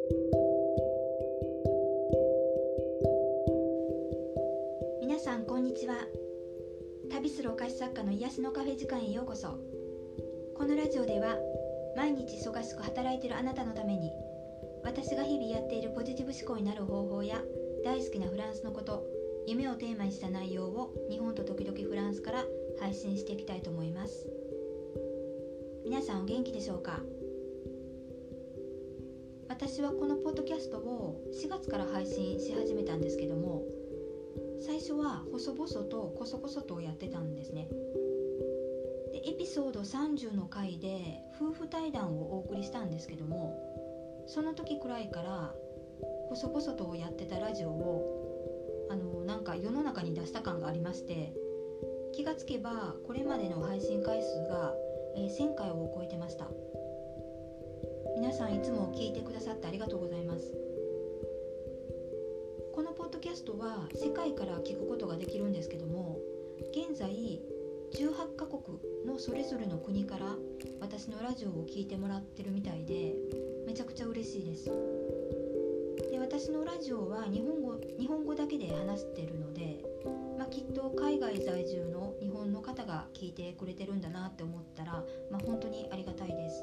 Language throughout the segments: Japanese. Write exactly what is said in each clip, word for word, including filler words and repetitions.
皆さんこんにちは。旅するお菓子作家の癒しのカフェ時間へようこそ。このラジオでは毎日忙しく働いているあなたのために、私が日々やっているポジティブ思考になる方法や大好きなフランスのこと、夢をテーマにした内容を日本と時々フランスから配信していきたいと思います。皆さんお元気でしょうか？私はこのポッドキャストをしがつから配信し始めたんですけども、最初は細々とコソコソとやってたんですね。でエピソードさんじゅうの回で夫婦対談をお送りしたんですけども、その時くらいから細々とやってたラジオをあのなんか世の中に出した感がありまして、気がつけばこれまでの配信回数が、えー、せんかいを超えてました。皆さんいつも聞いてくださってありがとうございます。このポッドキャストは世界から聞くことができるんですけども、現在じゅうはちカ国のそれぞれの国から私のラジオを聞いてもらってるみたいで、めちゃくちゃ嬉しいです。で私のラジオは日本語、日本語だけで話してるので、まあ、きっと海外在住の日本の方が聞いてくれてるんだなって思ったら、まあ、本当にありがたいです。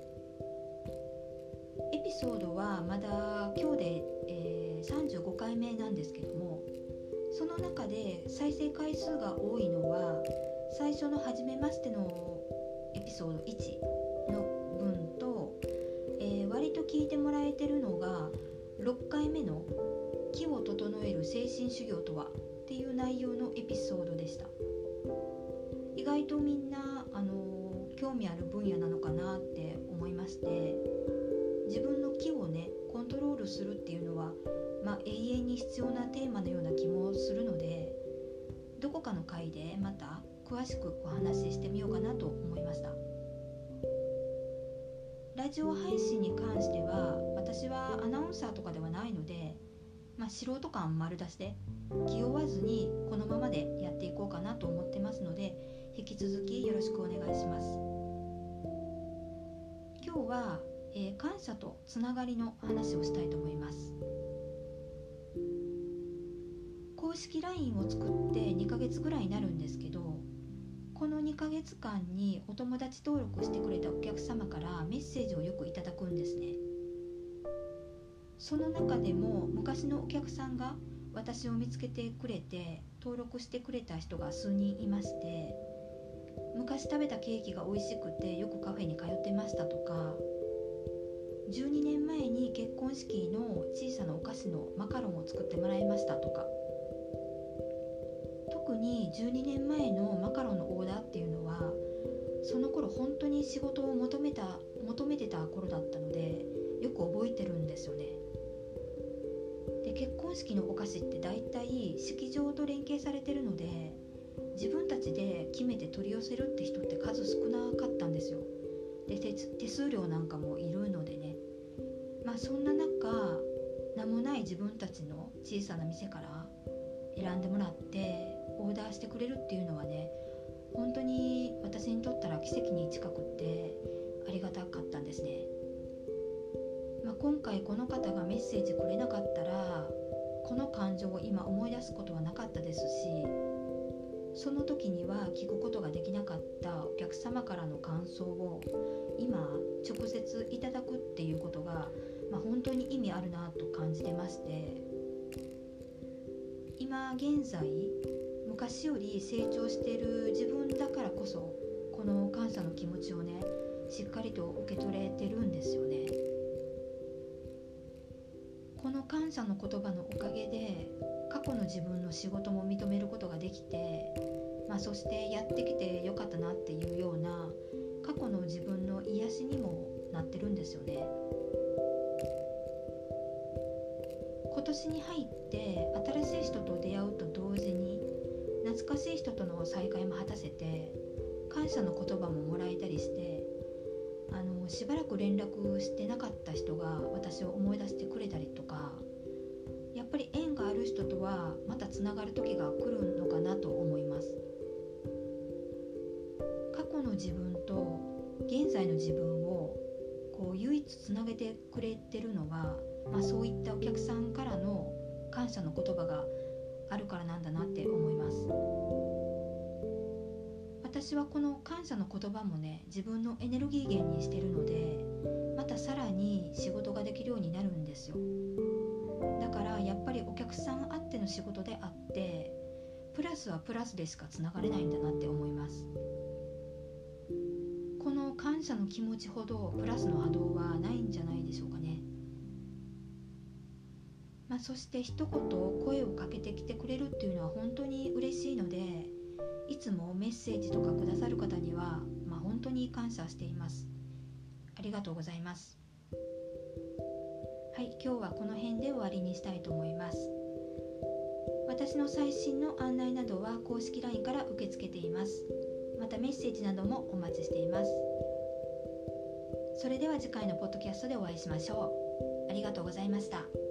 エピソードはまだ今日で、えー、さんじゅうごかいめなんですけども、その中で再生回数が多いのは最初の初めましてのエピソードいちの分と、えー、割と聞いてもらえてるのがろっかいめの気を整える精神修行とはっていう内容のエピソードでした。意外とみんな、あのー、興味ある分野なのかなって思いまして、自分の気をねコントロールするっていうのは、まあ、永遠に必要なテーマのような気もするので、どこかの回でまた詳しくお話ししてみようかなと思いました。ラジオ配信に関しては私はアナウンサーとかではないので、まあ、素人感丸出しで気負わずにこのままでやっていこうかなと思ってますので、引き続きよろしくお願いします。今日はえー、感謝とつながりの話をしたいと思います。公式 ライン を作ってにかげつぐらいになるんですけど、このにかげつかんにお友達登録してくれたお客様からメッセージをよくいただくんですね。その中でも昔のお客さんが私を見つけてくれて登録してくれた人が数人いまして、昔食べたケーキが美味しくてよくカフェに通ってましたとか、じゅうにねんまえに結婚式の小さなお菓子のマカロンを作ってもらいましたとか、特にじゅうにねんまえのマカロンのオーダーっていうのはその頃本当に仕事を求めた求めてた頃だったので、よく覚えてるんですよね。で結婚式のお菓子ってだいたい式場と連携されてるので、自分たちで決めて取り寄せるって人って数少なかったんですよ。で 手, 手数料なんかもいるのでね、まあそんな中、名もない自分たちの小さな店から選んでもらってオーダーしてくれるっていうのはね、本当に私にとったら奇跡に近くってありがたかったんですね。まあ、今回この方がメッセージくれなかったら、この感情を今思い出すことはなかったですし、その時には聞くことができなかったお客様からの感想を今直接いただくっていうことが、まあ、本当に意味あるなと感じてまして、今現在昔より成長している自分だからこそ、この感謝の気持ちをねしっかりと受け取れてるんですよね。この感謝の言葉のおかげで過去の自分の仕事も認めることができて、まあ、そしてやってきてよかったなっていうような過去の自分の癒しにもなってるんですよね。今年に入って新しい人と出会うと同時に懐かしい人との再会も果たせて、感謝の言葉ももらえたりして、あのしばらく連絡してなかった人が私を思い出してくれたりとか、やっぱり縁がある人とはまたつながる時が来るのかなと思います。過去の自分と現在の自分をここう唯一つなげてくれてるのは、まあ、そういったお客さんからの感謝の言葉があるからなんだなって思います。私はこの感謝の言葉もね、自分のエネルギー源にしてるので、またさらに仕事ができるようになるんですよ。だからやっぱりお客さんあっての仕事であって、プラスはプラスでしかつながれないんだなって思います。この感謝の気持ちほどプラスの波動はないんじゃないでしょうかね。まあ、そして一言声をかけてきてくれるっていうのは本当に嬉しいので、いつもメッセージとかくださる方には、まあ、本当に感謝しています。ありがとうございます。はい、今日はこの辺で終わりにしたいと思います。私の最新の案内などは公式 ライン から受け付けています。またメッセージなどもお待ちしています。それでは次回のポッドキャストでお会いしましょう。ありがとうございました。